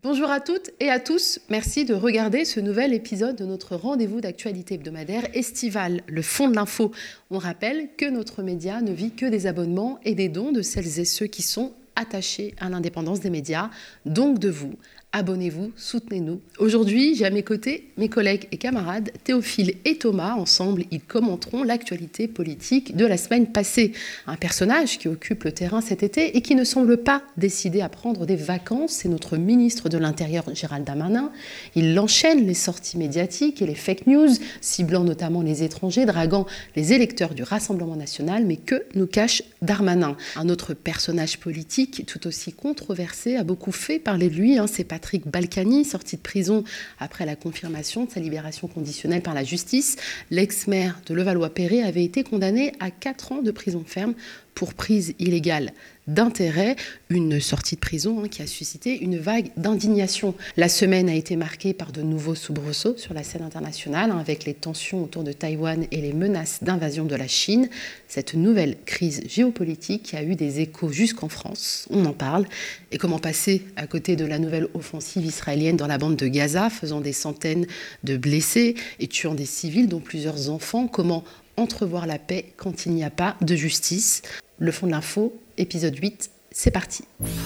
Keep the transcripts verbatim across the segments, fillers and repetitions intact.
Bonjour à toutes et à tous, merci de regarder ce nouvel épisode de notre rendez-vous d'actualité hebdomadaire estival, le fond de l'info. On rappelle que notre média ne vit que des abonnements et des dons de celles et ceux qui sont attachés à l'indépendance des médias, donc de vous. Abonnez-vous, soutenez-nous. Aujourd'hui, j'ai à mes côtés mes collègues et camarades Théophile et Thomas. Ensemble, ils commenteront l'actualité politique de la semaine passée. Un personnage qui occupe le terrain cet été et qui ne semble pas décidé à prendre des vacances, c'est notre ministre de l'Intérieur, Gérald Darmanin. Il enchaîne les sorties médiatiques et les fake news, ciblant notamment les étrangers, draguant les électeurs du Rassemblement national. Mais que nous cache Darmanin? Un autre personnage politique tout aussi controversé a beaucoup fait parler de lui, hein, c'est Patrick Balkany, sorti de prison après la confirmation de sa libération conditionnelle par la justice. L'ex-maire de Levallois-Perret avait été condamné à quatre ans de prison ferme pour prise illégale d'intérêt, une sortie de prison hein, qui a suscité une vague d'indignation. La semaine a été marquée par de nouveaux soubresauts sur la scène internationale, hein, avec les tensions autour de Taïwan et les menaces d'invasion de la Chine. Cette nouvelle crise géopolitique qui a eu des échos jusqu'en France, on en parle. Et comment passer à côté de la nouvelle offensive israélienne dans la bande de Gaza, faisant des centaines de blessés et tuant des civils, dont plusieurs enfants? Comment entrevoir la paix quand il n'y a pas de justice? Le fond de l'info, épisode huit, c'est parti.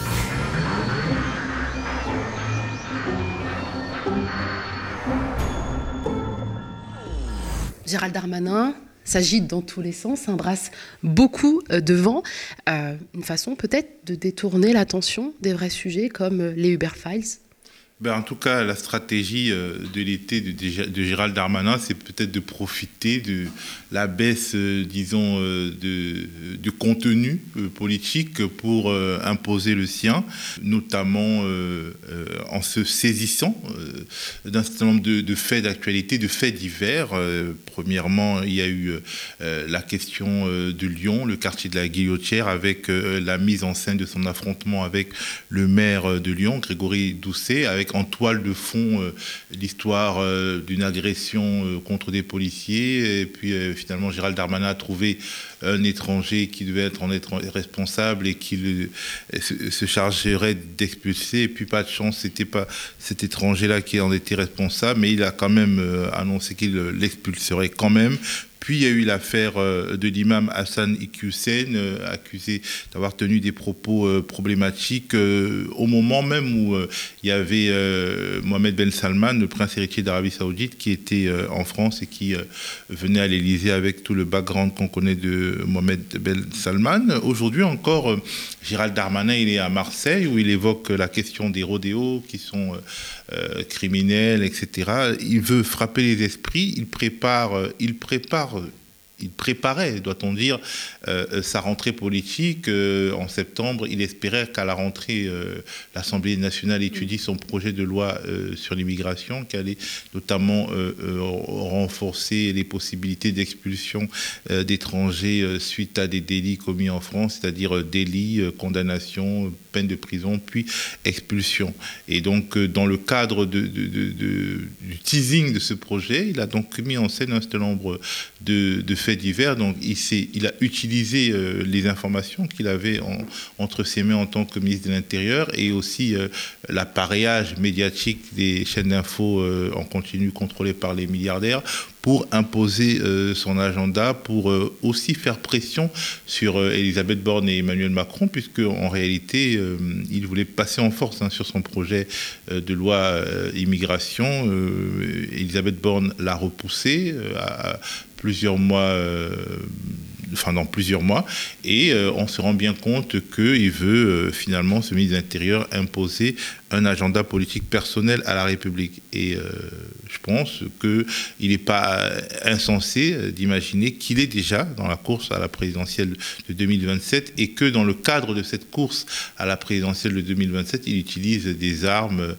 Gérald Darmanin s'agite dans tous les sens, embrasse beaucoup de vent. Euh, une façon peut-être de détourner l'attention des vrais sujets comme les Uber Files. Ben, en tout cas, la stratégie de l'été de Gérald Darmanin, c'est peut-être de profiter de la baisse, disons, de, de contenu politique pour imposer le sien, notamment en se saisissant d'un certain nombre de, de faits d'actualité, de faits divers. Premièrement, il y a eu la question de Lyon, le quartier de la Guillotière, avec la mise en scène de son affrontement avec le maire de Lyon, Grégory Doucet, avec en toile de fond euh, l'histoire euh, d'une agression euh, contre des policiers. Et puis euh, finalement, Gérald Darmanin a trouvé un étranger qui devait être en être responsable et qui le, se, se chargerait d'expulser. Et puis pas de chance, c'était pas cet étranger-là qui en était responsable, mais il a quand même euh, annoncé qu'il l'expulserait quand même. Puis il y a eu l'affaire de l'imam Hassan Iqiyoussen, accusé d'avoir tenu des propos problématiques au moment même où il y avait Mohamed Ben Salman, le prince héritier d'Arabie Saoudite, qui était en France et qui venait à l'Élysée avec tout le background qu'on connaît de Mohamed Ben Salman. Aujourd'hui encore, Gérald Darmanin, il est à Marseille où il évoque la question des rodéos qui sont euh, criminels, et cetera. Il veut frapper les esprits, il prépare, il prépare il préparait, doit-on dire, euh, sa rentrée politique. Euh, en septembre, il espérait qu'à la rentrée, euh, l'Assemblée nationale étudie son projet de loi euh, sur l'immigration, qui allait notamment euh, euh, renforcer les possibilités d'expulsion euh, d'étrangers euh, suite à des délits commis en France, c'est-à-dire euh, délits, euh, condamnation, peine de prison, puis expulsion. Et donc, euh, dans le cadre de, de, de, de, du teasing de ce projet, il a donc mis en scène un certain nombre de, de faits divers. Donc, il, il a utilisé euh, les informations qu'il avait en, entre ses mains en tant que ministre de l'Intérieur et aussi euh, l'appareillage médiatique des chaînes d'infos euh, en continu contrôlées par les milliardaires pour imposer euh, son agenda, pour euh, aussi faire pression sur euh, Elisabeth Borne et Emmanuel Macron, puisque en réalité, euh, il voulait passer en force hein, sur son projet euh, de loi euh, immigration. Euh, Elisabeth Borne l'a repoussé euh, à plusieurs mois, euh, enfin dans plusieurs mois, et euh, on se rend bien compte qu'il veut euh, finalement, ce ministre de l'Intérieur, imposer un agenda politique personnel à la République. Et euh, je pense qu'il n'est pas insensé d'imaginer qu'il est déjà dans la course à la présidentielle de deux mille vingt-sept et que dans le cadre de cette course à la présidentielle de deux mille vingt-sept, il utilise des armes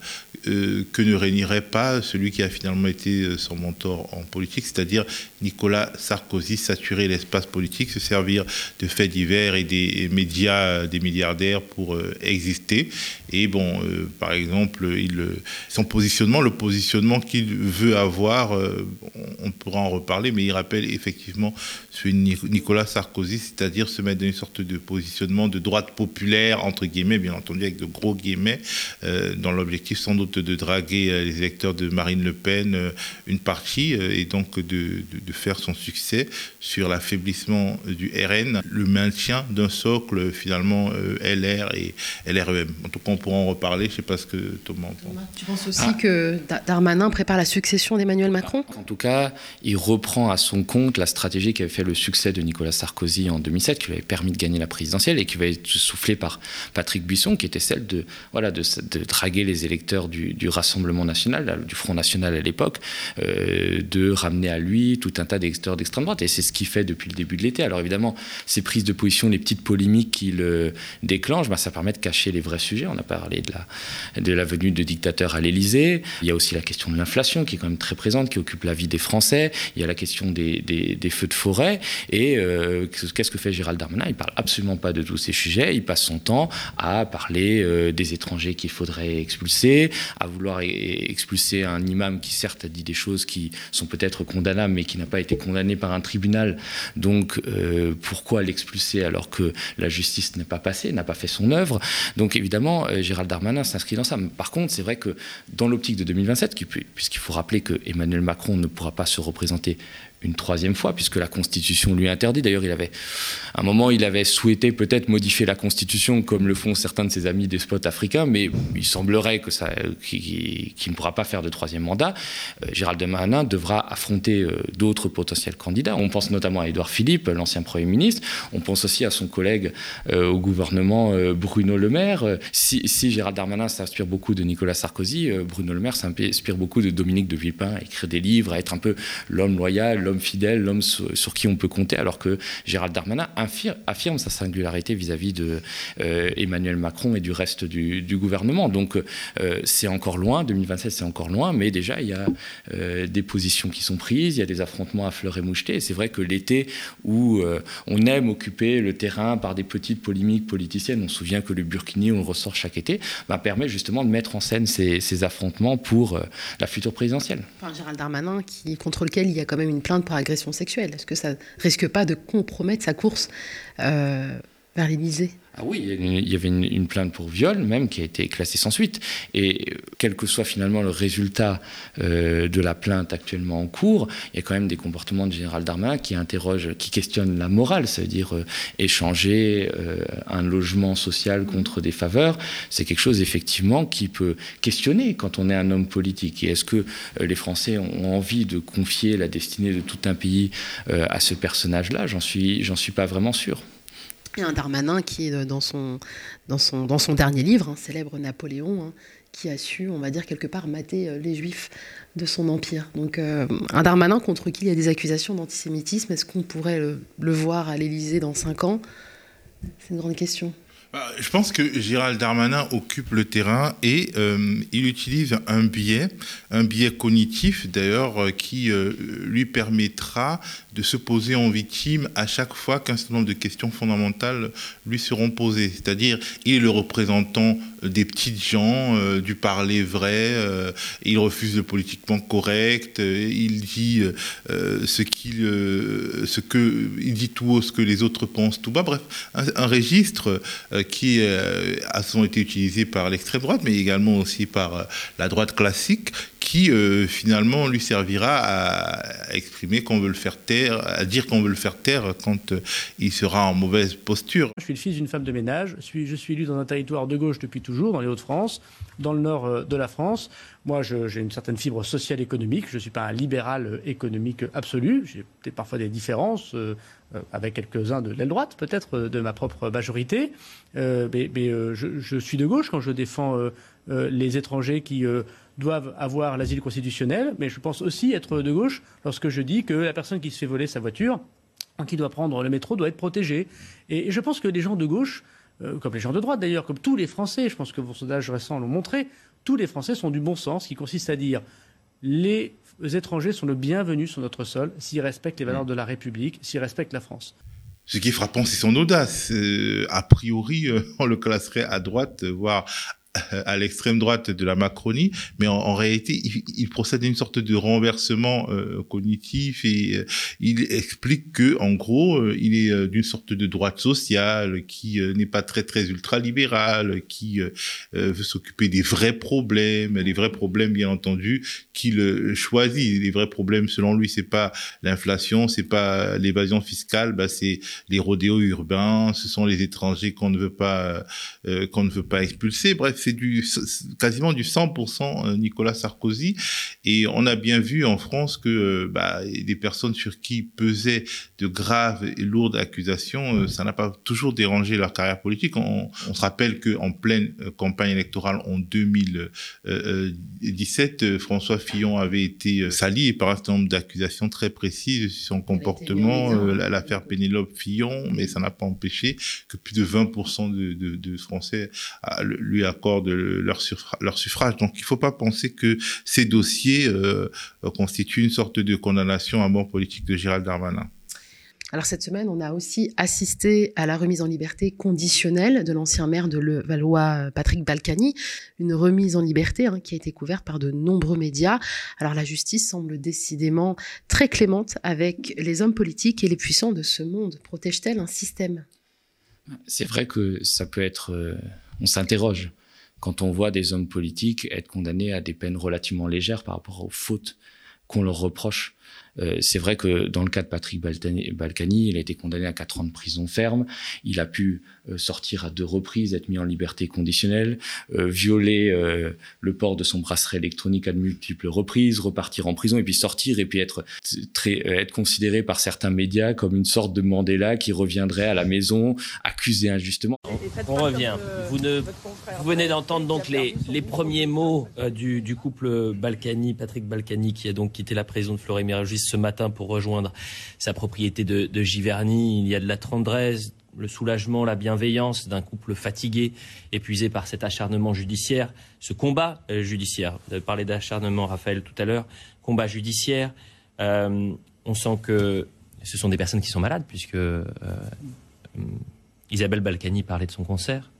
euh, que ne régnerait pas celui qui a finalement été son mentor en politique, c'est-à-dire Nicolas Sarkozy, saturer l'espace politique, se servir de faits divers et des médias, des milliardaires pour euh, exister. Et bon, euh, par exemple, il, son positionnement, le positionnement qu'il veut avoir, euh, on pourra en reparler, mais il rappelle effectivement celui de Nicolas Sarkozy, c'est-à-dire se mettre dans une sorte de positionnement de droite populaire, entre guillemets, bien entendu avec de gros guillemets, euh, dans l'objectif sans doute de draguer les électeurs de Marine Le Pen, euh, une partie, euh, et donc de, de, de faire son succès sur l'affaiblissement du R N, le maintien d'un socle finalement euh, L R et L R E M. En tout cas, on pourra en reparler, je ne sais pas ce que Thomas en pense. Tu penses aussi ah. que Darmanin prépare la succession d'Emmanuel Macron ? En tout cas, il reprend à son compte la stratégie qui avait fait le succès de Nicolas Sarkozy en deux mille sept, qui lui avait permis de gagner la présidentielle et qui avait été soufflée par Patrick Buisson, qui était celle de, voilà, de, de draguer les électeurs du, du Rassemblement national, du Front national à l'époque, euh, de ramener à lui tout un tas d'électeurs d'extrême droite. Et c'est ce qu'il fait depuis le début de l'été. Alors évidemment, ces prises de position, les petites polémiques qu'il euh, déclenche, ben, ça permet de cacher les vrais sujets. On a parlé de la, de la venue de dictateurs à l'Élysée. Il y a aussi la question de l'inflation qui est quand même très présente, qui occupe la vie des Français. Il y a la question des, des, des feux de forêt. Et euh, qu'est-ce que fait Gérald Darmanin ? Il ne parle absolument pas de tous ces sujets. Il passe son temps à parler euh, des étrangers qu'il faudrait expulser, à vouloir e- expulser un imam qui certes a dit des choses qui sont peut-être condamnables, mais qui n'a pas été condamné par un tribunal. Donc euh, pourquoi l'expulser alors que la justice n'est pas passée, n'a pas fait son œuvre ? Donc évidemment, euh, Gérald Darmanin s'inscrit dans ça. Mais par contre, c'est vrai que dans l'optique de deux mille vingt-sept, puisqu'il faut rappeler que Emmanuel Macron ne pourra pas se représenter une troisième fois, puisque la Constitution lui interdit. D'ailleurs, il avait, à un moment, il avait souhaité peut-être modifier la Constitution, comme le font certains de ses amis despotes africains, mais il semblerait que ça, qu'il, qu'il ne pourra pas faire de troisième mandat. Euh, Gérald Darmanin devra affronter euh, d'autres potentiels candidats. On pense notamment à Édouard Philippe, l'ancien Premier ministre. On pense aussi à son collègue euh, au gouvernement, euh, Bruno Le Maire. Euh, si, si Gérald Darmanin s'inspire beaucoup de Nicolas Sarkozy, euh, Bruno Le Maire s'inspire beaucoup de Dominique de Villepin, à écrire des livres, à être un peu l'homme loyal, l'homme fidèle, l'homme sur, sur qui on peut compter, alors que Gérald Darmanin affirme, affirme sa singularité vis-à-vis de euh, Emmanuel Macron et du reste du, du gouvernement. Donc euh, c'est encore loin, deux mille vingt-sept c'est encore loin, mais déjà il y a euh, des positions qui sont prises, il y a des affrontements à fleur et moucheté. Et c'est vrai que l'été où euh, on aime occuper le terrain par des petites polémiques politiciennes, on se souvient que le Burkini, on le ressort chaque été, bah, permet justement de mettre en scène ces, ces affrontements pour euh, la future présidentielle. Enfin, Gérald Darmanin, qui, contre lequel il y a quand même une plainte pour agression sexuelle. Est-ce que ça ne risque pas de compromettre sa course euh, vers l'Élysée ? Ah oui, il y avait une, une plainte pour viol même qui a été classée sans suite. Et quel que soit finalement le résultat euh, de la plainte actuellement en cours, il y a quand même des comportements de Gérald Darmanin qui interrogent, qui questionnent la morale, c'est-à-dire euh, échanger euh, un logement social contre des faveurs. C'est quelque chose effectivement qui peut questionner quand on est un homme politique. Et est-ce que euh, les Français ont envie de confier la destinée de tout un pays euh, à ce personnage-là ? J'en suis, j'en suis pas vraiment sûr. Il y a un Darmanin qui, dans son, dans son, dans son dernier livre, hein, célèbre Napoléon, hein, qui a su, on va dire, quelque part mater les Juifs de son empire. Donc euh, un Darmanin contre qui il y a des accusations d'antisémitisme, est-ce qu'on pourrait le, le voir à l'Élysée dans cinq ans ? C'est une grande question. Je pense que Gérald Darmanin occupe le terrain et euh, il utilise un biais, un biais cognitif d'ailleurs, qui euh, lui permettra de se poser en victime à chaque fois qu'un certain nombre de questions fondamentales lui seront posées. C'est-à-dire, il est le représentant des petites gens, euh, du parler vrai, euh, il refuse le politiquement correct, euh, il dit euh, ce qu'il, euh, ce que, il dit tout haut ce que les autres pensent tout bas. Bref, un, un registre euh, qui euh, a souvent été utilisé par l'extrême droite, mais également aussi par euh, la droite classique, qui euh, finalement lui servira à exprimer qu'on veut le faire taire, à dire qu'on veut le faire taire quand euh, il sera en mauvaise posture. Je suis le fils d'une femme de ménage, je suis, je suis élu dans un territoire de gauche depuis toujours, dans les Hauts-de-France, dans le nord euh, de la France. Moi, je, j'ai une certaine fibre sociale économique, je ne suis pas un libéral économique absolu, j'ai peut-être parfois des différences euh, avec quelques-uns de l'aile droite, peut-être, de ma propre majorité, euh, mais, mais euh, je, je suis de gauche quand je défends euh, euh, les étrangers qui... Euh, doivent avoir l'asile constitutionnel, mais je pense aussi être de gauche lorsque je dis que la personne qui se fait voler sa voiture, qui doit prendre le métro, doit être protégée. Et je pense que les gens de gauche, euh, comme les gens de droite d'ailleurs, comme tous les Français, je pense que vos sondages récents l'ont montré, tous les Français sont du bon sens, qui consiste à dire les étrangers sont le bienvenu sur notre sol s'ils respectent les valeurs de la République, s'ils respectent la France. Ce qui est frappant, c'est son audace. Euh, a priori, euh, on le classerait à droite, voire à l'extrême droite de la Macronie, mais en, en réalité, il, il procède à une sorte de renversement euh, cognitif et euh, il explique que, en gros, euh, il est euh, d'une sorte de droite sociale qui euh, n'est pas très très ultra-libérale, qui euh, euh, veut s'occuper des vrais problèmes, les vrais problèmes, bien entendu, qu'il euh, choisit. Les vrais problèmes, selon lui, c'est pas l'inflation, c'est pas l'évasion fiscale, bah c'est les rodéos urbains, ce sont les étrangers qu'on ne veut pas euh, qu'on ne veut pas expulser. Bref, c'est du, quasiment du cent pour cent Nicolas Sarkozy. Et on a bien vu en France que bah, des personnes sur qui pesaient de graves et lourdes accusations, ça n'a pas toujours dérangé leur carrière politique. On, on se rappelle qu'en pleine campagne électorale en deux mille dix-sept, François Fillon avait été sali par un certain nombre d'accusations très précises sur son comportement, euh, l'affaire Pénélope Fillon, mais ça n'a pas empêché que plus de vingt pour cent de, de, de Français lui accordent de leur, suffra- leur suffrage. Donc, il ne faut pas penser que ces dossiers euh, constituent une sorte de condamnation à mort politique de Gérald Darmanin. Alors cette semaine, on a aussi assisté à la remise en liberté conditionnelle de l'ancien maire de Levallois, Patrick Balkany, une remise en liberté hein, qui a été couverte par de nombreux médias. Alors la justice semble décidément très clémente avec les hommes politiques et les puissants de ce monde. Protège-t-elle un système ? C'est vrai que ça peut être... Euh, on s'interroge quand on voit des hommes politiques être condamnés à des peines relativement légères par rapport aux fautes qu'on leur reproche. Euh, c'est vrai que dans le cas de Patrick Balkany, il a été condamné à quatre ans de prison ferme. Il a pu euh, sortir à deux reprises, être mis en liberté conditionnelle, euh, violer euh, le port de son bracelet électronique à de multiples reprises, repartir en prison et puis sortir et puis être, très, euh, être considéré par certains médias comme une sorte de Mandela qui reviendrait à la maison, accusé injustement. On revient. Vous, ne, vous venez d'entendre donc les, les premiers mots euh, du, du couple Balkany, Patrick Balkany, qui a donc quitté la prison de Fleury-Mérogis ce matin pour rejoindre sa propriété de, de Giverny. Il y a de la tendresse, le soulagement, la bienveillance d'un couple fatigué, épuisé par cet acharnement judiciaire, ce combat euh, judiciaire. Vous avez parlé d'acharnement, Raphaël, tout à l'heure. Combat judiciaire. Euh, on sent que ce sont des personnes qui sont malades, puisque euh, Isabelle Balkany parlait de son cancer.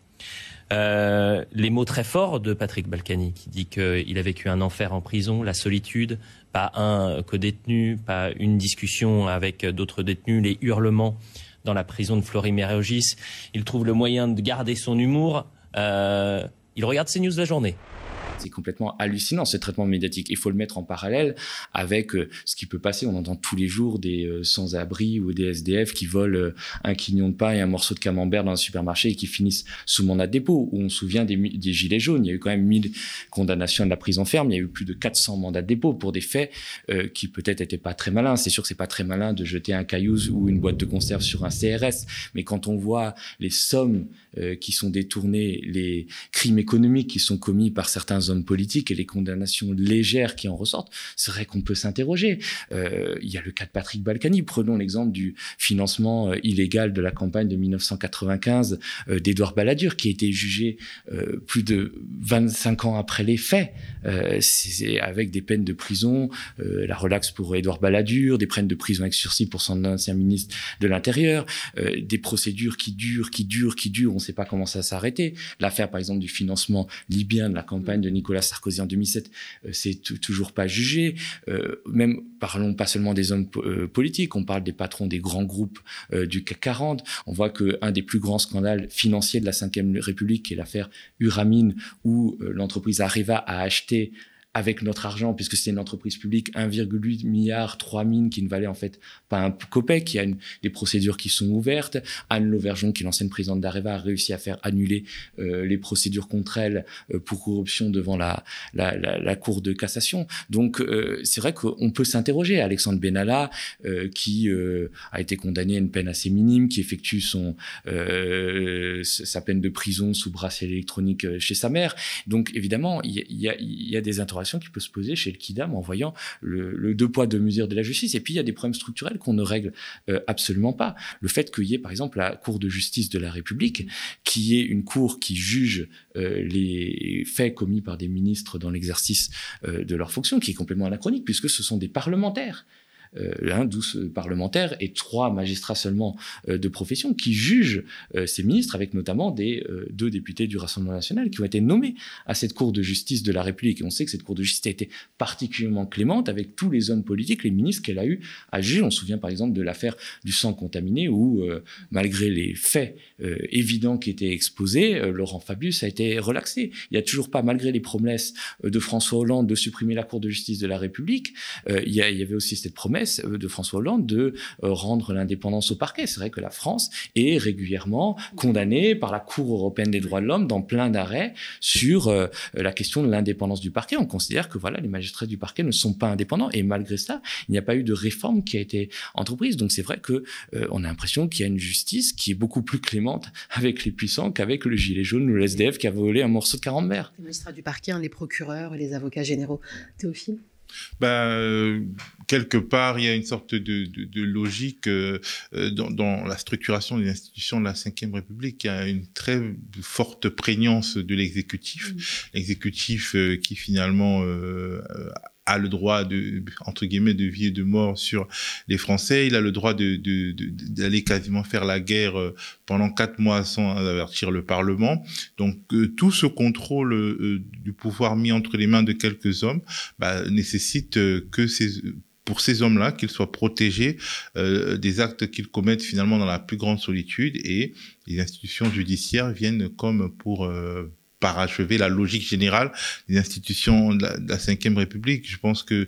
Euh, les mots très forts de Patrick Balkany, qui dit qu'il a vécu un enfer en prison, la solitude, pas un co-détenu, pas une discussion avec d'autres détenus, les hurlements dans la prison de Fleury-Mérogis. Il trouve le moyen de garder son humour. Euh, il regarde ses news la journée. C'est complètement hallucinant, ce traitement médiatique. Il faut le mettre en parallèle avec euh, ce qui peut passer. On entend tous les jours des euh, sans-abri ou des S D F qui volent euh, un quignon de pain et un morceau de camembert dans un supermarché et qui finissent sous mandat de dépôt. Où on se souvient des, des gilets jaunes. Il y a eu quand même mille condamnations de la prison ferme. Il y a eu plus de quatre cents mandats de dépôt pour des faits euh, qui peut-être étaient pas très malins. C'est sûr que c'est pas très malin de jeter un caillou ou une boîte de conserve sur un C R S. Mais quand on voit les sommes euh, qui sont détournées, les crimes économiques qui sont commis par certains hommes politiques et les condamnations légères qui en ressortent, c'est vrai qu'on peut s'interroger. Euh, il y a le cas de Patrick Balkany. Prenons l'exemple du financement euh, illégal de la campagne de mille neuf cent quatre-vingt-quinze euh, d'Édouard Balladur, qui a été jugé euh, plus de vingt-cinq ans après les faits, euh, c'est avec des peines de prison, euh, la relaxe pour Édouard Balladur, des peines de prison avec sursis pour son ancien ministre de l'Intérieur, euh, des procédures qui durent, qui durent, qui durent, on ne sait pas comment ça s'arrêter. L'affaire, par exemple, du financement libyen de la campagne de Nicolas Sarkozy en deux mille sept, euh, c'est t- toujours pas jugé. Euh, même, parlons pas seulement des hommes po- euh, politiques, on parle des patrons des grands groupes euh, du C A C quarante. On voit qu'un des plus grands scandales financiers de la cinquième République, qui est l'affaire Uramine, où euh, l'entreprise Areva a acheté avec notre argent, puisque c'était une entreprise publique, un virgule huit milliard, trois mines qui ne valaient en fait pas un copec. Il y a une, des procédures qui sont ouvertes. Anne Lauvergeon, qui est l'ancienne présidente d'Areva, a réussi à faire annuler euh, les procédures contre elle euh, pour corruption devant la, la, la, la Cour de cassation. Donc, euh, c'est vrai qu'on peut s'interroger. Alexandre Benalla, euh, qui euh, a été condamné à une peine assez minime, qui effectue son, euh, sa peine de prison sous bracelet électronique chez sa mère. Donc, évidemment, il y a, il y a des interrogations interrogation qui peut se poser chez le Kidam en voyant le, le deux poids deux mesures de la justice. Et puis il y a des problèmes structurels qu'on ne règle euh, absolument pas. Le fait qu'il y ait par exemple la Cour de justice de la République, qui est une cour qui juge euh, les faits commis par des ministres dans l'exercice euh, de leurs fonctions, qui est complètement anachronique puisque ce sont des parlementaires. Euh, hein, douze parlementaires et trois magistrats seulement euh, de profession qui jugent euh, ces ministres, avec notamment des euh, deux députés du Rassemblement national qui ont été nommés à cette Cour de justice de la République. Et on sait que cette Cour de justice a été particulièrement clémente avec tous les hommes politiques, les ministres qu'elle a eu à juger. On se souvient par exemple de l'affaire du sang contaminé où, euh, malgré les faits euh, évidents qui étaient exposés, euh, Laurent Fabius a été relaxé. Il n'y a toujours pas, malgré les promesses euh, de François Hollande de supprimer la Cour de justice de la République, euh, il, y a, il y avait aussi cette promesse de François Hollande de euh, rendre l'indépendance au parquet. C'est vrai que la France est régulièrement condamnée par la Cour européenne des droits de l'homme dans plein d'arrêts sur euh, la question de l'indépendance du parquet. On considère que voilà, les magistrats du parquet ne sont pas indépendants et malgré ça, il n'y a pas eu de réforme qui a été entreprise. Donc c'est vrai que euh, on a l'impression qu'il y a une justice qui est beaucoup plus clémente avec les puissants qu'avec le gilet jaune ou le S D F qui a volé un morceau de camembert. Les magistrats du parquet, hein, les procureurs, les avocats généraux. Théophile ? Ben, euh, quelque part, il y a une sorte de, de, de logique euh, dans, dans la structuration des institutions de la cinquième République. Il y a une très forte prégnance de l'exécutif. Mmh. L'exécutif euh, qui finalement euh, a le droit de, entre guillemets, de vie et de mort sur les Français. Il a le droit de, de, de, d'aller quasiment faire la guerre pendant quatre mois sans avertir le Parlement. Donc, euh, tout ce contrôle euh, du pouvoir mis entre les mains de quelques hommes bah, nécessite euh, que ces, pour ces hommes-là, qu'ils soient protégés euh, des actes qu'ils commettent finalement dans la plus grande solitude, et les institutions judiciaires viennent comme pour euh, parachever la logique générale des institutions de la, de la cinquième République. Je pense que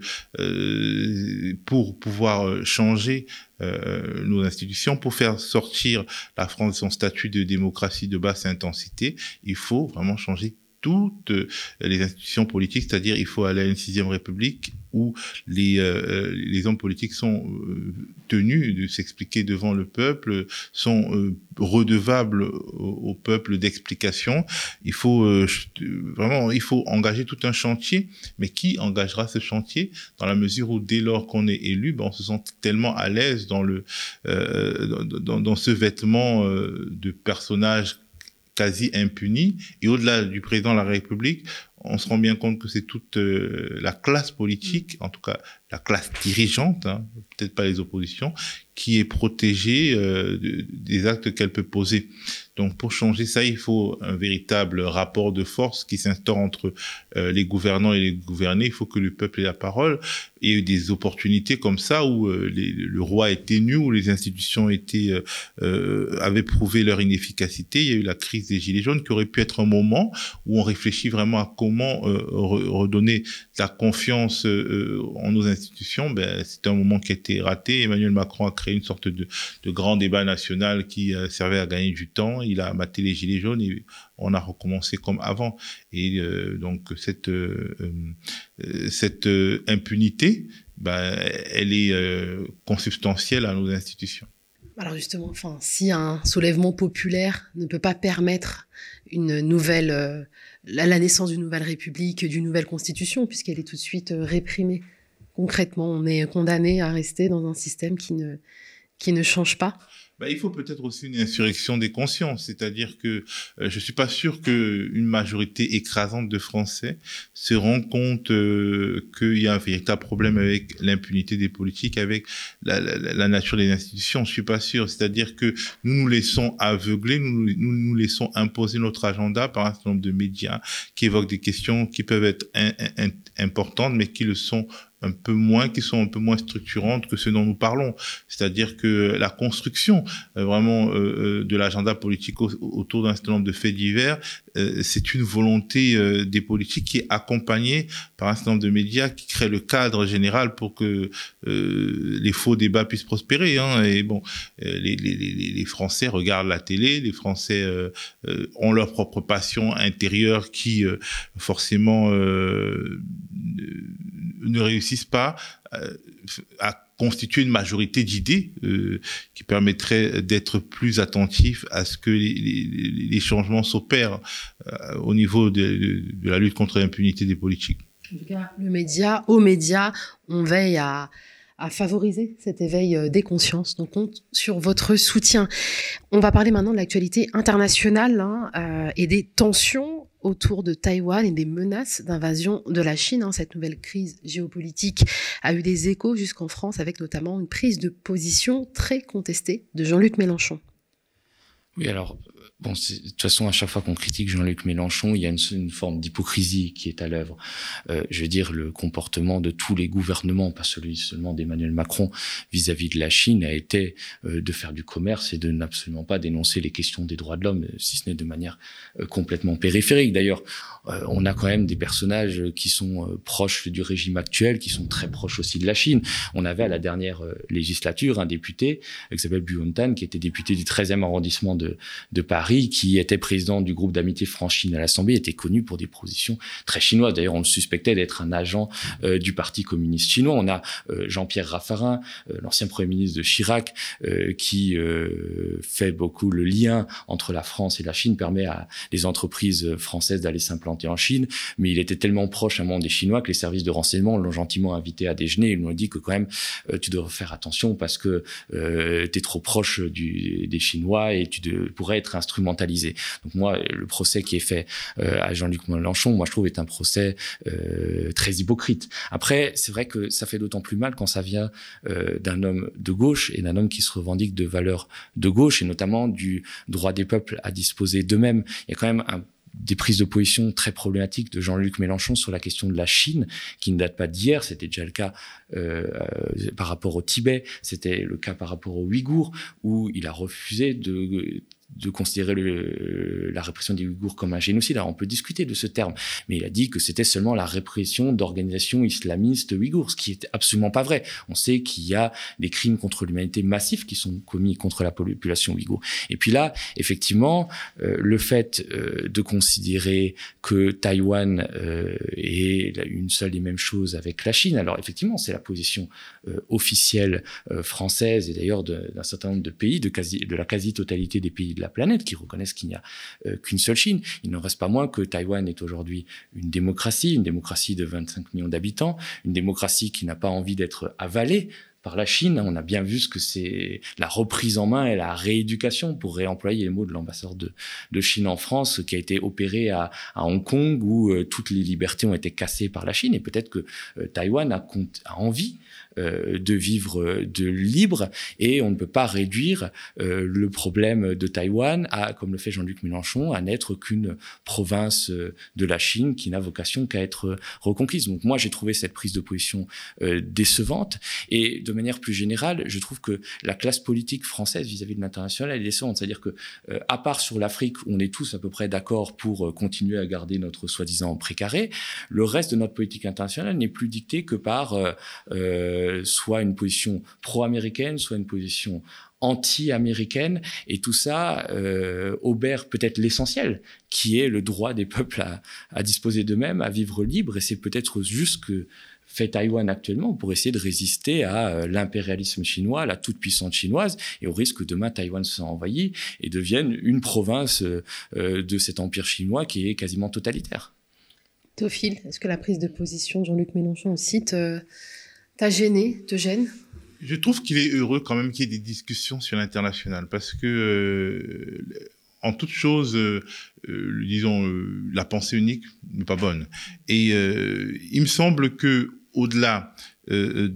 euh, pour pouvoir changer euh, nos institutions, pour faire sortir la France de son statut de démocratie de basse intensité, il faut vraiment changer toutes les institutions politiques, c'est-à-dire il faut aller à une sixième République où les, euh, les hommes politiques sont euh, tenus de s'expliquer devant le peuple, sont euh, redevables au, au peuple d'explications. Il faut euh, vraiment, il faut engager tout un chantier, mais qui engagera ce chantier dans la mesure où dès lors qu'on est élu, ben, on se sent tellement à l'aise dans le euh, dans, dans, dans ce vêtement euh, de personnage quasi impuni, et au-delà du président de la République, on se rend bien compte que c'est toute euh, la classe politique, en tout cas la classe dirigeante, hein, peut-être pas les oppositions, qui est protégée euh, de, des actes qu'elle peut poser. Donc pour changer ça, il faut un véritable rapport de force qui s'instaure entre euh, les gouvernants et les gouvernés. Il faut que le peuple ait la parole. Il y a eu des opportunités comme ça où euh, les, le roi était nu, où les institutions étaient, euh, euh, avaient prouvé leur inefficacité. Il y a eu la crise des Gilets jaunes qui aurait pu être un moment où on réfléchit vraiment à comment euh, redonner la confiance euh, en nos institutions. Ben, c'était un moment qui a été raté. Emmanuel Macron a créé une sorte de, de grand débat national qui euh, servait à gagner du temps. Il a maté les Gilets jaunes et on a recommencé comme avant. Et euh, donc cette euh, euh, cette euh, impunité, ben, elle est euh, consubstantielle à nos institutions. Alors justement, enfin, si un soulèvement populaire ne peut pas permettre une nouvelle, euh, la, la naissance d'une nouvelle république, d'une nouvelle constitution, puisqu'elle est tout de suite euh, réprimée, concrètement, on est condamné à rester dans un système qui ne qui ne change pas. Ben, il faut peut-être aussi une insurrection des consciences, c'est-à-dire que euh, je suis pas sûr que une majorité écrasante de Français se rend compte euh, qu'il y a un véritable problème avec l'impunité des politiques, avec la, la, la nature des institutions. Je suis pas sûr, c'est-à-dire que nous nous laissons aveugler, nous nous, nous laissons imposer notre agenda par un certain nombre de médias qui évoquent des questions qui peuvent être in, in, importantes, mais qui le sont un peu moins, qui sont un peu moins structurantes que ce dont nous parlons. C'est-à-dire que la construction euh, vraiment euh, de l'agenda politique au, autour d'un certain nombre de faits divers, euh, c'est une volonté euh, des politiques qui est accompagnée par un certain nombre de médias qui créent le cadre général pour que euh, les faux débats puissent prospérer. Hein. Et bon, euh, les, les, les, les Français regardent la télé, les Français euh, euh, ont leur propre passion intérieure qui euh, forcément euh, ne réussissent pas euh, à constituer une majorité d'idées euh, qui permettrait d'être plus attentif à ce que les, les, les changements s'opèrent euh, au niveau de, de, de la lutte contre l'impunité des politiques. En tout cas, le média, aux médias, on veille à, à favoriser cet éveil des consciences. Donc, on compte sur votre soutien. On va parler maintenant de l'actualité internationale hein, euh, et des tensions autour de Taïwan et des menaces d'invasion de la Chine. Hein. Cette nouvelle crise géopolitique a eu des échos jusqu'en France, avec notamment une prise de position très contestée de Jean-Luc Mélenchon. Oui, alors, bon, de toute façon, à chaque fois qu'on critique Jean-Luc Mélenchon, il y a une, une forme d'hypocrisie qui est à l'œuvre. Euh, je veux dire, le comportement de tous les gouvernements, pas celui seulement d'Emmanuel Macron, vis-à-vis de la Chine, a été euh, de faire du commerce et de n'absolument pas dénoncer les questions des droits de l'homme, si ce n'est de manière euh, complètement périphérique. D'ailleurs, euh, on a quand même des personnages qui sont euh, proches du régime actuel, qui sont très proches aussi de la Chine. On avait à la dernière euh, législature un député qui s'appelle Buon Tan, qui était député du treizième arrondissement de De, de Paris, qui était président du groupe d'amitié France-Chine à l'Assemblée, était connu pour des positions très chinoises. D'ailleurs, on le suspectait d'être un agent euh, du Parti communiste chinois. On a euh, Jean-Pierre Raffarin, euh, l'ancien Premier ministre de Chirac, euh, qui euh, fait beaucoup le lien entre la France et la Chine, permet à les entreprises françaises d'aller s'implanter en Chine. Mais il était tellement proche à un moment des Chinois que les services de renseignement l'ont gentiment invité à déjeuner. Ils lui ont dit que quand même, euh, tu devrais faire attention parce que euh, tu es trop proche du, des Chinois et tu de, pourrait être instrumentalisé. Donc moi, le procès qui est fait euh, à Jean-Luc Mélenchon, moi je trouve est un procès euh, très hypocrite. Après, c'est vrai que ça fait d'autant plus mal quand ça vient euh, d'un homme de gauche et d'un homme qui se revendique de valeurs de gauche et notamment du droit des peuples à disposer d'eux-mêmes. Il y a quand même un des prises de position très problématiques de Jean-Luc Mélenchon sur la question de la Chine, qui ne date pas d'hier, c'était déjà le cas euh, euh, par rapport au Tibet, c'était le cas par rapport aux Ouïghours, où il a refusé de de considérer le, la répression des Ouïghours comme un génocide. Alors on peut discuter de ce terme, mais il a dit que c'était seulement la répression d'organisations islamistes ouïghours, ce qui est absolument pas vrai. On sait qu'il y a des crimes contre l'humanité massifs qui sont commis contre la population ouïghour. Et puis là, effectivement, euh, le fait euh, de considérer que Taïwan euh, est une seule et même chose avec la Chine, alors effectivement, c'est la position euh, officielle euh, française et d'ailleurs de, d'un certain nombre de pays, de, quasi, de la quasi-totalité des pays de la planète qui reconnaissent qu'il n'y a euh, qu'une seule Chine. Il n'en reste pas moins que Taïwan est aujourd'hui une démocratie, une démocratie de vingt-cinq millions d'habitants, une démocratie qui n'a pas envie d'être avalée par la Chine. On a bien vu ce que c'est la reprise en main et la rééducation, pour réemployer les mots de l'ambassadeur de, de Chine en France, qui a été opéré à, à Hong Kong, où euh, toutes les libertés ont été cassées par la Chine. Et peut-être que euh, Taïwan a, a envie euh, de vivre de libre, et on ne peut pas réduire euh, le problème de Taïwan à, comme le fait Jean-Luc Mélenchon, à n'être qu'une province de la Chine qui n'a vocation qu'à être reconquise. Donc moi, j'ai trouvé cette prise de position euh, décevante, et de manière plus générale, je trouve que la classe politique française vis-à-vis de l'international, elle est décevante. C'est-à-dire que, euh, à part sur l'Afrique, où on est tous à peu près d'accord pour euh, continuer à garder notre soi-disant précaré, le reste de notre politique internationale n'est plus dicté que par euh, euh, soit une position pro-américaine, soit une position anti-américaine, et tout ça euh, obère peut-être l'essentiel, qui est le droit des peuples à, à disposer d'eux-mêmes, à vivre libre, et c'est peut-être juste que fait Taïwan actuellement pour essayer de résister à euh, l'impérialisme chinois, à la toute-puissance chinoise, et au risque que demain Taïwan soit envahi et devienne une province euh, euh, de cet empire chinois qui est quasiment totalitaire. Théophile, est-ce que la prise de position de Jean-Luc Mélenchon aussi te, t'a gêné, te gêne ? Je trouve qu'il est heureux quand même qu'il y ait des discussions sur l'international, parce que euh, en toute chose, euh, euh, disons, euh, la pensée unique n'est pas bonne. Et euh, il me semble que au-delà euh,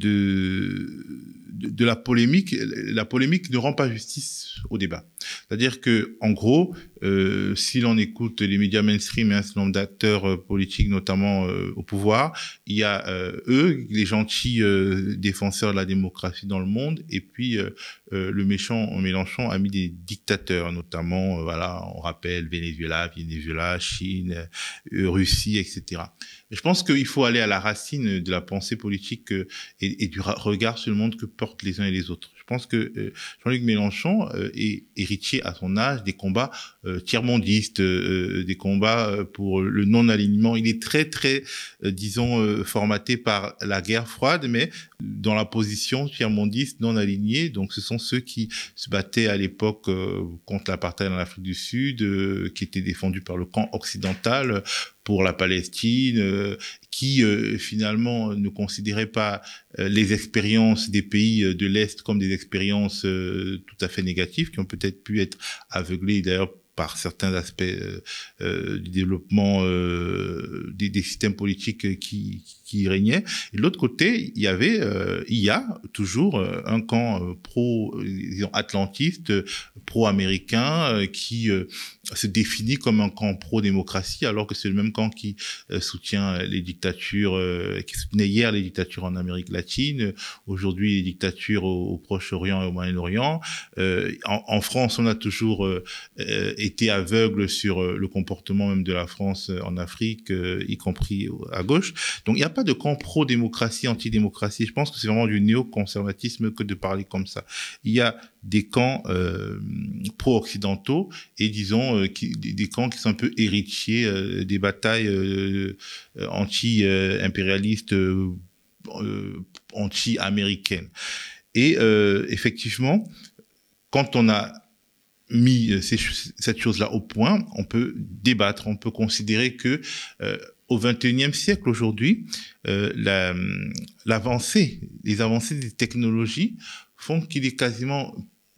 de, de de la polémique, la polémique ne rend pas justice au débat. C'est-à-dire que, en gros, euh, si l'on écoute les médias mainstream et un certain nombre d'acteurs euh, politiques, notamment euh, au pouvoir, il y a euh, eux, les gentils euh, défenseurs de la démocratie dans le monde, et puis euh, euh, le méchant Mélenchon a mis des dictateurs, notamment, euh, voilà, on rappelle Venezuela, Venezuela, Chine, euh, Russie, et cetera. Je pense qu'il faut aller à la racine de la pensée politique euh, et, et du regard sur le monde que portent les uns et les autres. Je pense que euh, Jean-Luc Mélenchon euh, est héritier à son âge des combats euh, tiers-mondistes, euh, des combats pour le non-alignement. Il est très, très, euh, disons, euh, formaté par la guerre froide, mais dans la position tiers-mondiste non alignée. Donc, ce sont ceux qui se battaient à l'époque euh, contre l'apartheid en Afrique du Sud, euh, qui étaient défendus par le camp occidental, pour la Palestine, euh, qui euh, finalement ne considérait pas euh, les expériences des pays de l'Est comme des expériences euh, tout à fait négatives, qui ont peut-être pu être aveuglées d'ailleurs par certains aspects euh, euh, du développement euh, des, des systèmes politiques qui, qui régnaient. Et de l'autre côté, il y avait, euh, il y a toujours euh, un camp euh, pro-atlantiste, euh, pro-américain, euh, qui euh, se définit comme un camp pro-démocratie, alors que c'est le même camp qui euh, soutient les dictatures, euh, qui soutenait hier les dictatures en Amérique latine, aujourd'hui les dictatures au, au Proche-Orient et au Moyen-Orient. Euh, en, en France, on a toujours euh, euh, été aveugle sur euh, le comportement même de la France euh, en Afrique, euh, y compris à gauche. Donc il n'y a pas de camp pro-démocratie, anti-démocratie. Je pense que c'est vraiment du néoconservatisme que de parler comme ça. Il y a des camps euh, pro-occidentaux et disons euh, qui, des, des camps qui sont un peu héritiers euh, des batailles euh, anti-impérialistes, euh, euh, anti-américaines. Et euh, effectivement, quand on a mis ces, cette chose-là au point, on peut débattre, on peut considérer que euh, au vingt et unième siècle, aujourd'hui, euh, la, l'avancée, les avancées des technologies font qu'il est quasiment,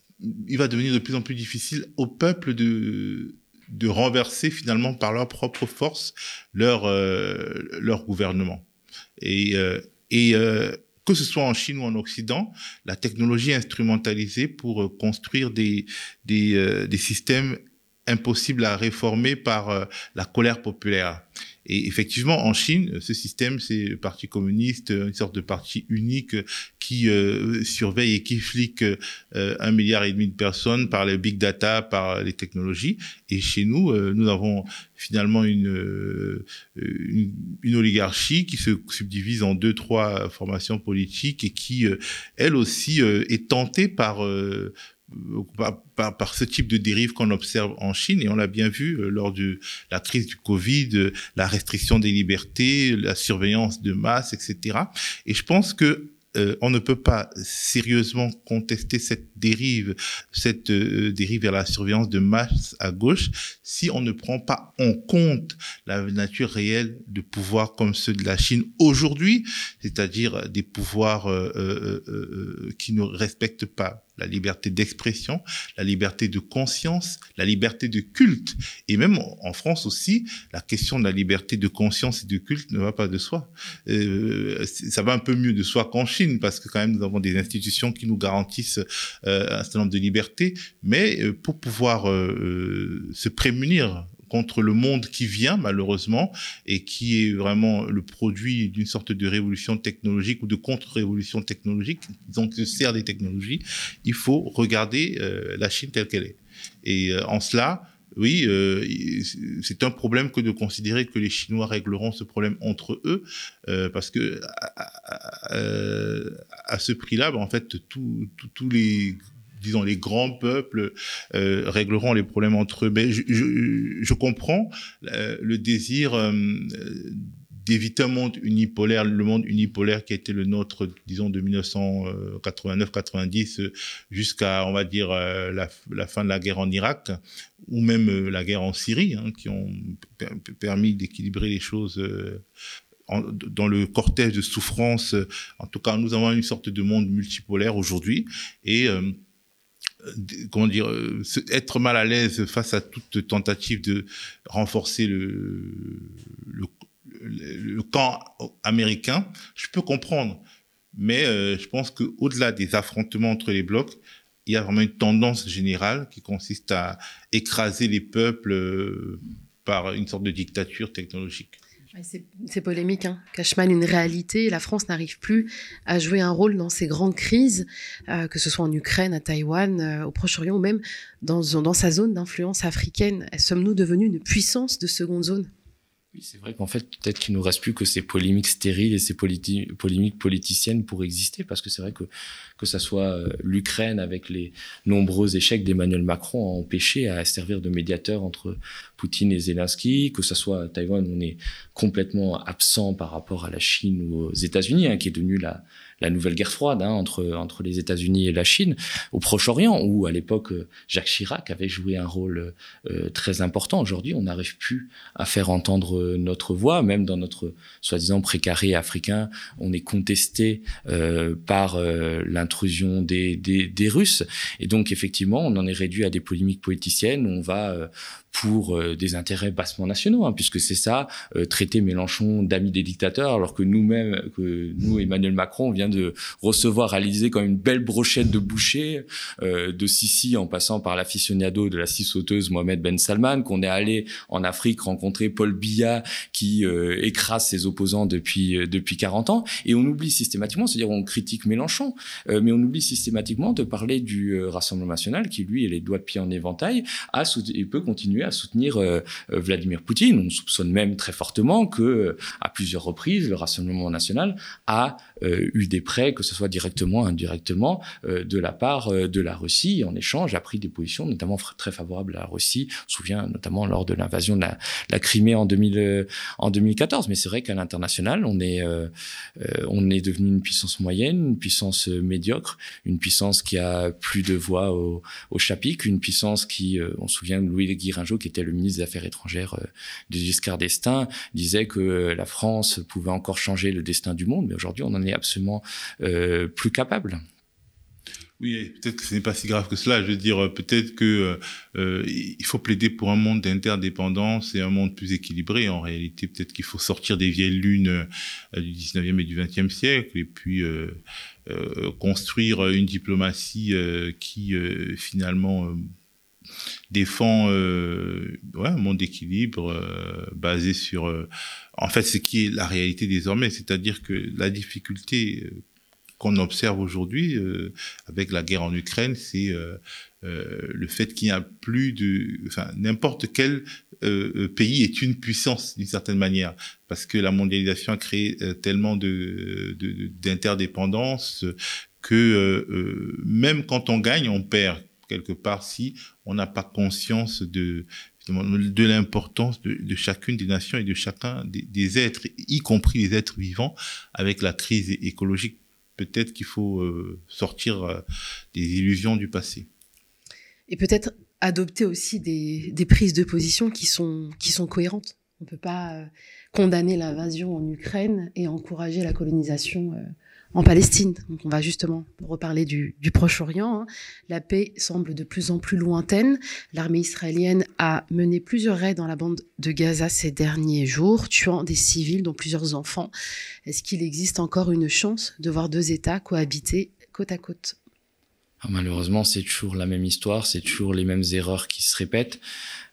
il va devenir de plus en plus difficile au peuple de, de renverser finalement par leur propre force leur, euh, leur gouvernement. Et, euh, et euh, que ce soit en Chine ou en Occident, la technologie est instrumentalisée pour construire des, des, euh, des systèmes impossibles à réformer par euh, la colère populaire. Et effectivement, en Chine, ce système, c'est le Parti communiste, une sorte de parti unique qui euh, surveille et qui flique euh, un milliard et demi de personnes par les big data, par les technologies. Et chez nous, euh, nous avons finalement une, euh, une, une oligarchie qui se subdivise en deux, trois formations politiques et qui, euh, elle aussi, euh, est tentée par... Euh, Par, par, par ce type de dérive qu'on observe en Chine, et on l'a bien vu euh, lors de la crise du Covid, euh, la restriction des libertés, la surveillance de masse, et cetera. Et je pense que euh, on ne peut pas sérieusement contester cette dérive, cette euh, dérive vers la surveillance de masse à gauche, si on ne prend pas en compte la nature réelle de pouvoirs comme ceux de la Chine aujourd'hui, c'est-à-dire des pouvoirs euh, euh, euh, qui ne respectent pas la liberté d'expression, la liberté de conscience, la liberté de culte. Et même en France aussi, la question de la liberté de conscience et de culte ne va pas de soi. Euh, ça va un peu mieux de soi qu'en Chine, parce que quand même nous avons des institutions qui nous garantissent euh, un certain nombre de libertés, mais euh, pour pouvoir euh, se prémunir contre le monde qui vient, malheureusement, et qui est vraiment le produit d'une sorte de révolution technologique ou de contre-révolution technologique, donc se sert des technologies, il faut regarder euh, la Chine telle qu'elle est. Et euh, en cela, oui, euh, c'est un problème que de considérer que les Chinois régleront ce problème entre eux, euh, parce que à, à, à, à ce prix-là, ben, en fait, tous les disons, les grands peuples euh, régleront les problèmes entre eux. Mais je, je, je comprends euh, le désir euh, d'éviter un monde unipolaire, le monde unipolaire qui a été le nôtre, disons, de mille neuf cent quatre-vingt-neuf quatre-vingt-dix jusqu'à, on va dire, euh, la, la fin de la guerre en Irak, ou même euh, la guerre en Syrie, hein, qui ont per permis d'équilibrer les choses euh, En, dans le cortège de souffrance. En tout cas, nous avons une sorte de monde multipolaire aujourd'hui, et euh, comment dire, euh, être mal à l'aise face à toute tentative de renforcer le, le, le camp américain, je peux comprendre. Mais euh, je pense qu'au-delà des affrontements entre les blocs, il y a vraiment une tendance générale qui consiste à écraser les peuples euh, par une sorte de dictature technologique. C'est polémique, hein. Cache mal une réalité. La France n'arrive plus à jouer un rôle dans ces grandes crises, euh, que ce soit en Ukraine, à Taïwan, euh, au Proche-Orient, ou même dans, dans sa zone d'influence africaine. Sommes-nous devenus une puissance de seconde zone ? Oui, c'est vrai qu'en fait, peut-être qu'il ne nous reste plus que ces polémiques stériles et ces politi polémiques politiciennes pour exister, parce que c'est vrai que que ça soit euh, l'Ukraine avec les nombreux échecs d'Emmanuel Macron a empêché à servir de médiateur entre Poutine et Zelensky, que ça soit Taïwan, on est complètement absent par rapport à la Chine ou aux États-Unis, hein, qui est devenue la, la nouvelle guerre froide hein, entre, entre les États-Unis et la Chine, au Proche-Orient, où à l'époque Jacques Chirac avait joué un rôle euh, très important. Aujourd'hui, on n'arrive plus à faire entendre notre voix, même dans notre soi-disant précaré africain, on est contesté euh, par euh, l'intrusion des, des, des Russes. Et donc, effectivement, on en est réduit à des polémiques politiciennes, on va... Euh, pour euh, des intérêts bassement nationaux, hein, puisque c'est ça, euh, traiter Mélenchon d'ami des dictateurs, alors que nous-mêmes, que nous, Emmanuel Macron, on vient de recevoir à l'Élysée quand même une belle brochette de boucher, euh, de Sisi en passant par l'aficionado de la scie sauteuse Mohamed Ben Salman, qu'on est allé en Afrique rencontrer Paul Biya qui euh, écrase ses opposants depuis euh, depuis quarante ans, et on oublie systématiquement, c'est-à-dire on critique Mélenchon, euh, mais on oublie systématiquement de parler du euh, Rassemblement national qui, lui, est les doigts de pied en éventail, a et peut continuer à soutenir euh, Vladimir Poutine. On soupçonne même très fortement que, euh, à plusieurs reprises, le Rassemblement national a euh, eu des prêts, que ce soit directement ou indirectement, euh, de la part euh, de la Russie. En échange, a pris des positions notamment f- très favorables à la Russie. On se souvient notamment lors de l'invasion de la, la Crimée en, deux mille, euh, en deux mille quatorze. Mais c'est vrai qu'à l'international, on est, euh, euh, on est devenu une puissance moyenne, une puissance euh, médiocre, une puissance qui a plus de voix au, au chapitre, une puissance qui, euh, on se souvient de Louis Guiringeau, qui était le ministre des Affaires étrangères euh, de Giscard d'Estaing, disait que euh, la France pouvait encore changer le destin du monde, mais aujourd'hui, on n'en est absolument euh, plus capable. Oui, peut-être que ce n'est pas si grave que cela. Je veux dire, peut-être que euh, il faut plaider pour un monde d'interdépendance et un monde plus équilibré. En réalité, peut-être qu'il faut sortir des vieilles lunes euh, du dix-neuvième et du vingtième siècle et puis euh, euh, construire une diplomatie euh, qui euh, finalement euh, défend euh, ouais, un monde d'équilibre euh, basé sur, euh, en fait, ce qui est la réalité désormais, c'est-à-dire que la difficulté euh, qu'on observe aujourd'hui euh, avec la guerre en Ukraine, c'est euh, euh, le fait qu'il n'y a plus de... Enfin, n'importe quel euh, pays est une puissance, d'une certaine manière, parce que la mondialisation a créé euh, tellement de, de, d'interdépendance que euh, euh, même quand on gagne, on perd quelque part si on n'a pas conscience de, de l'importance de, de chacune des nations et de chacun des, des êtres, y compris les êtres vivants, avec la crise écologique. Peut-être qu'il faut euh, sortir euh, des illusions du passé. Et peut-être adopter aussi des, des prises de position qui sont, qui sont cohérentes. On ne peut pas euh, condamner l'invasion en Ukraine et encourager la colonisation euh, en Palestine. Donc on va justement reparler du, du Proche-Orient. Hein. La paix semble de plus en plus lointaine. L'armée israélienne a mené plusieurs raids dans la bande de Gaza ces derniers jours, tuant des civils, dont plusieurs enfants. Est-ce qu'il existe encore une chance de voir deux États cohabiter côte à côte ? Malheureusement, c'est toujours la même histoire, c'est toujours les mêmes erreurs qui se répètent.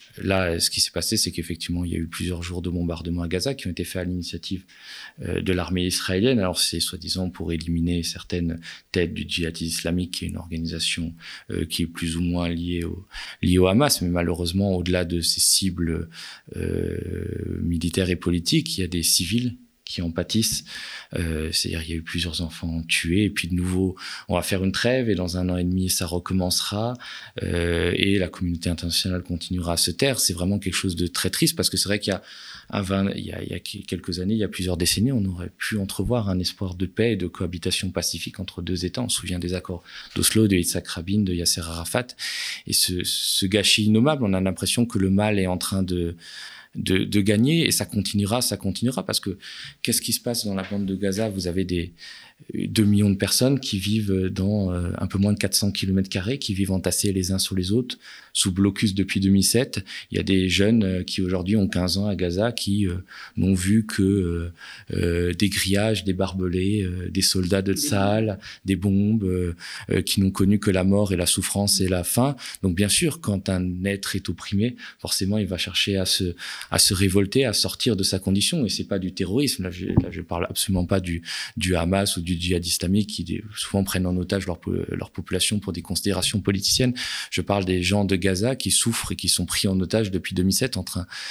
Là, ce qui s'est passé, c'est qu'effectivement, il y a eu plusieurs jours de bombardements à Gaza qui ont été faits à l'initiative euh, de l'armée israélienne. Alors, c'est soi-disant pour éliminer certaines têtes du djihadisme islamique, qui est une organisation euh, qui est plus ou moins liée au, liée au Hamas. Mais malheureusement, au-delà de ces cibles euh, militaires et politiques, il y a des civils qui en pâtissent. Euh, c'est-à-dire il y a eu plusieurs enfants tués, et puis de nouveau, on va faire une trêve, et dans un an et demi, ça recommencera, euh, et la communauté internationale continuera à se taire. C'est vraiment quelque chose de très triste, parce que c'est vrai qu'il y a, un vingt, il y a, il y a quelques années, il y a plusieurs décennies, on aurait pu entrevoir un espoir de paix et de cohabitation pacifique entre deux États. On se souvient des accords d'Oslo, de Yitzhak Rabin, de Yasser Arafat, et ce, ce gâchis innommable, on a l'impression que le mal est en train de De, de gagner, et ça continuera, ça continuera, parce que qu'est-ce qui se passe dans la bande de Gaza ? Vous avez des deux millions de personnes qui vivent dans euh, un peu moins de quatre cents kilomètres carrés, qui vivent entassés les uns sur les autres, sous blocus depuis deux mille sept. Il y a des jeunes euh, qui aujourd'hui ont quinze ans à Gaza, qui euh, n'ont vu que euh, euh, des grillages, des barbelés, euh, des soldats de Tsahal, des bombes, euh, euh, qui n'ont connu que la mort et la souffrance et la faim. Donc bien sûr, quand un être est opprimé, forcément il va chercher à se à se révolter, à sortir de sa condition. Et c'est pas du terrorisme. Là, je, là, je parle absolument pas du, du Hamas ou du djihad islamique qui souvent prennent en otage leur, leur population pour des considérations politiciennes. Je parle des gens de Gaza qui souffrent et qui sont pris en otage depuis deux mille sept entre un,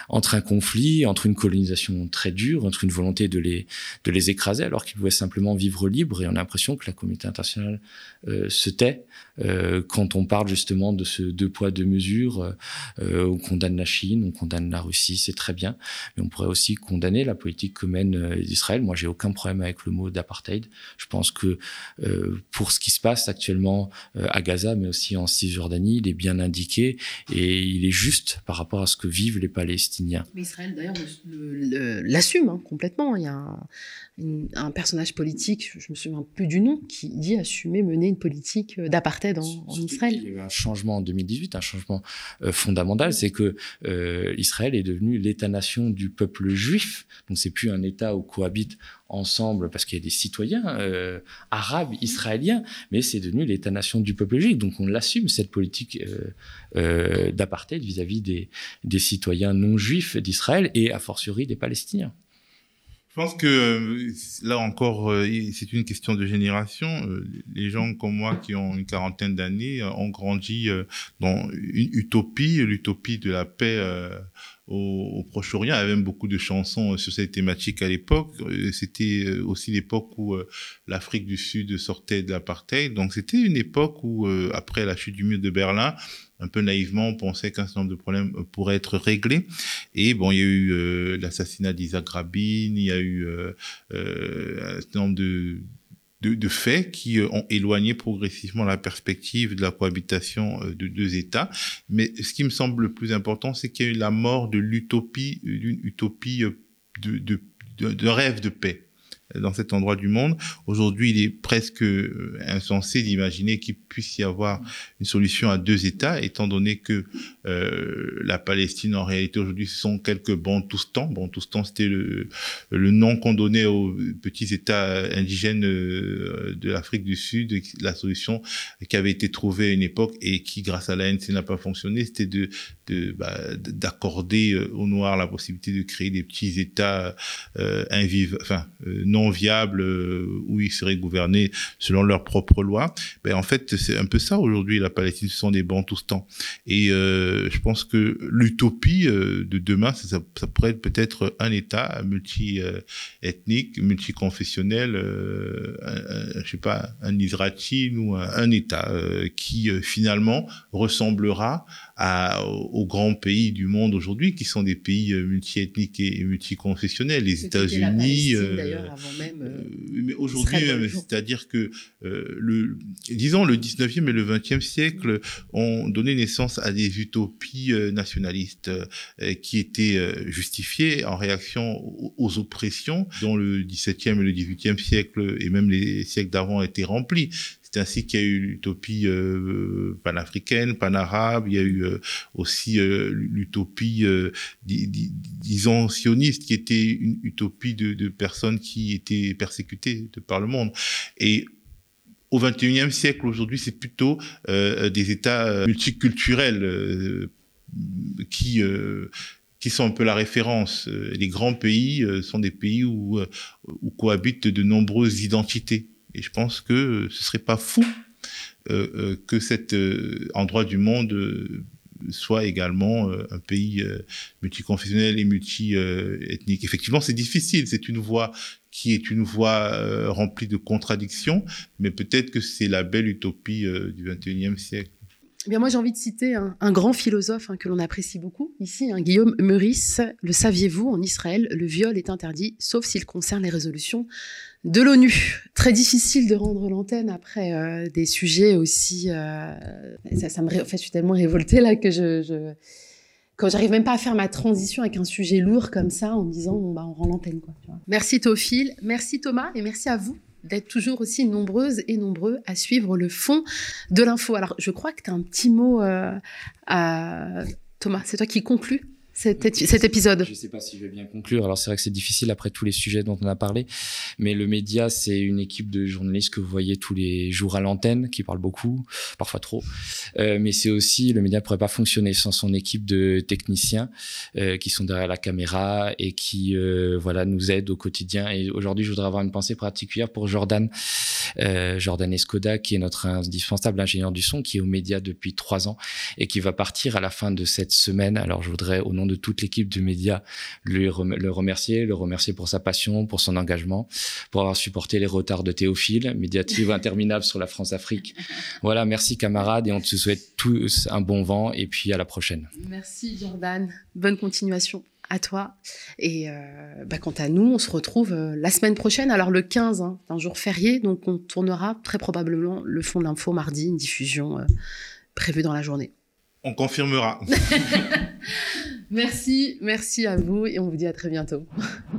entre un conflit, entre une colonisation très dure, entre une volonté de les, de les écraser alors qu'ils pouvaient simplement vivre libres. Et on a l'impression que la communauté internationale euh, se tait euh, quand on parle justement de ce deux poids, deux mesures. Euh, on condamne la Chine, on condamne la Russie, c'est très bien. Mais on pourrait aussi condamner la politique que mène Israël. Moi, j'ai aucun problème avec le mot d'apartheid. Je pense que euh, pour ce qui se passe actuellement euh, à Gaza, mais aussi en Cisjordanie, il est bien indiqué et il est juste par rapport à ce que vivent les Palestiniens. Mais Israël, d'ailleurs, le, le, l'assume hein, complètement. Il y a un, une, un personnage politique, je ne me souviens plus du nom, qui dit assumer, mener une politique d'apartheid en, en Israël. Il y a eu un changement en deux mille dix-huit, un changement euh, fondamental, c'est que euh, Israël est devenu l'État-nation du peuple juif. Donc c'est plus un État où cohabitent ensemble parce qu'il y a des citoyens euh, arabes, israéliens, mais c'est devenu l'État-nation du peuple juif. Donc on l'assume, cette politique euh, euh, d'apartheid vis-à-vis des, des citoyens non juifs d'Israël et a fortiori des Palestiniens. Je pense que là encore, c'est une question de génération. Les gens comme moi qui ont une quarantaine d'années ont grandi dans une utopie, l'utopie de la paix au, au Proche-Orient. Il y avait même beaucoup de chansons sur cette thématique à l'époque. C'était aussi l'époque où l'Afrique du Sud sortait de l'apartheid. Donc c'était une époque où, après la chute du mur de Berlin, un peu naïvement, on pensait qu'un certain nombre de problèmes pourraient être réglés. Et bon, il y a eu euh, l'assassinat d'Isaac Rabin, il y a eu euh, euh, un certain nombre de, de, de faits qui ont éloigné progressivement la perspective de la cohabitation de deux États. Mais ce qui me semble le plus important, c'est qu'il y a eu la mort de l'utopie, d'une utopie de, de, de, de rêve de paix dans cet endroit du monde. Aujourd'hui, il est presque insensé d'imaginer qu'il puisse y avoir une solution à deux États, étant donné que euh, la Palestine, en réalité, aujourd'hui, ce sont quelques Bantoustans. Bantoustan, c'était le, le nom qu'on donnait aux petits États indigènes de l'Afrique du Sud. La solution qui avait été trouvée à une époque et qui, grâce à l'A N C, n'a pas fonctionné, c'était de, de, bah, d'accorder aux Noirs la possibilité de créer des petits États euh, inviv... enfin, euh, non viables euh, où ils seraient gouvernés selon leurs propres lois. Ben, en fait, c'est un peu ça aujourd'hui, la Palestine, ce sont des Bantoustans. Et euh, je pense que l'utopie euh, de demain, ça, ça, ça pourrait être peut-être un État multi-ethnique, multiconfessionnel, euh, un, un, je sais pas, un Israël ou un, un État euh, qui euh, finalement ressemblera à, aux grands pays du monde aujourd'hui, qui sont des pays euh, multi-ethniques et multiconfessionnels, les États-Unis. Euh, d'ailleurs, avant même. Euh, mais aujourd'hui, même, c'est-à-dire que euh, le, disons, le dix-neuvième et le vingtième siècle ont donné naissance à des utopies euh, nationalistes euh, qui étaient euh, justifiées en réaction aux, aux oppressions dont le dix-septième et le dix-huitième siècle et même les siècles d'avant étaient remplis. C'est ainsi qu'il y a eu l'utopie euh, panafricaine, panarabe, il y a eu euh, aussi euh, l'utopie, euh, dis, dis, disons, sioniste, qui était une utopie de, de personnes qui étaient persécutées de par le monde. Et au vingt et unième siècle, aujourd'hui, c'est plutôt euh, des États multiculturels euh, qui... Euh, qui sont un peu la référence. Les grands pays euh, sont des pays où, où cohabitent de nombreuses identités. Et je pense que ce serait pas fou euh, euh, que cet euh, endroit du monde euh, soit également euh, un pays euh, multiconfessionnel et multi-ethnique. Effectivement, c'est difficile. C'est une voie qui est une voie euh, remplie de contradictions, mais peut-être que c'est la belle utopie euh, du vingt et unième siècle. Eh bien, moi, j'ai envie de citer un, un grand philosophe hein, que l'on apprécie beaucoup ici, hein, Guillaume Meurice. Le saviez-vous, en Israël, le viol est interdit, sauf s'il concerne les résolutions de l'ONU. Très difficile de rendre l'antenne après euh, des sujets aussi... Euh, ça, ça me ré... En fait, je suis tellement révoltée là que je... je... Quand j'arrive même pas à faire ma transition avec un sujet lourd comme ça, en me disant, bon, bah, on rend l'antenne, quoi. Tu vois. Merci Théophile, merci Thomas, et merci à vous d'être toujours aussi nombreuses et nombreux à suivre le fond de l'info. Alors, je crois que tu as un petit mot euh, à... Thomas, c'est toi qui conclus cet, cet épisode. Je ne sais pas si je vais bien conclure. Alors, c'est vrai que c'est difficile après tous les sujets dont on a parlé, mais le média, c'est une équipe de journalistes que vous voyez tous les jours à l'antenne, qui parlent beaucoup, parfois trop. Euh, mais c'est aussi, le média ne pourrait pas fonctionner sans son équipe de techniciens euh, qui sont derrière la caméra et qui euh, voilà, nous aident au quotidien. Et aujourd'hui, je voudrais avoir une pensée particulière pour Jordan, euh, Jordan Escoda, qui est notre indispensable ingénieur du son, qui est aux médias depuis trois ans et qui va partir à la fin de cette semaine. Alors, je voudrais, au nom de toute l'équipe du média, lui rem- le remercier, le remercier pour sa passion, pour son engagement, pour avoir supporté les retards de Théophile, médiative interminable sur la France-Afrique. Voilà, merci camarades, et on te souhaite tous un bon vent, et puis à la prochaine. Merci Jordan, bonne continuation à toi. Et euh, bah, quant à nous, on se retrouve euh, la semaine prochaine, alors le quinze, hein, un jour férié, donc on tournera très probablement le Fond de l'Info mardi, une diffusion euh, prévue dans la journée. On confirmera. Merci, merci à vous, et on vous dit à très bientôt.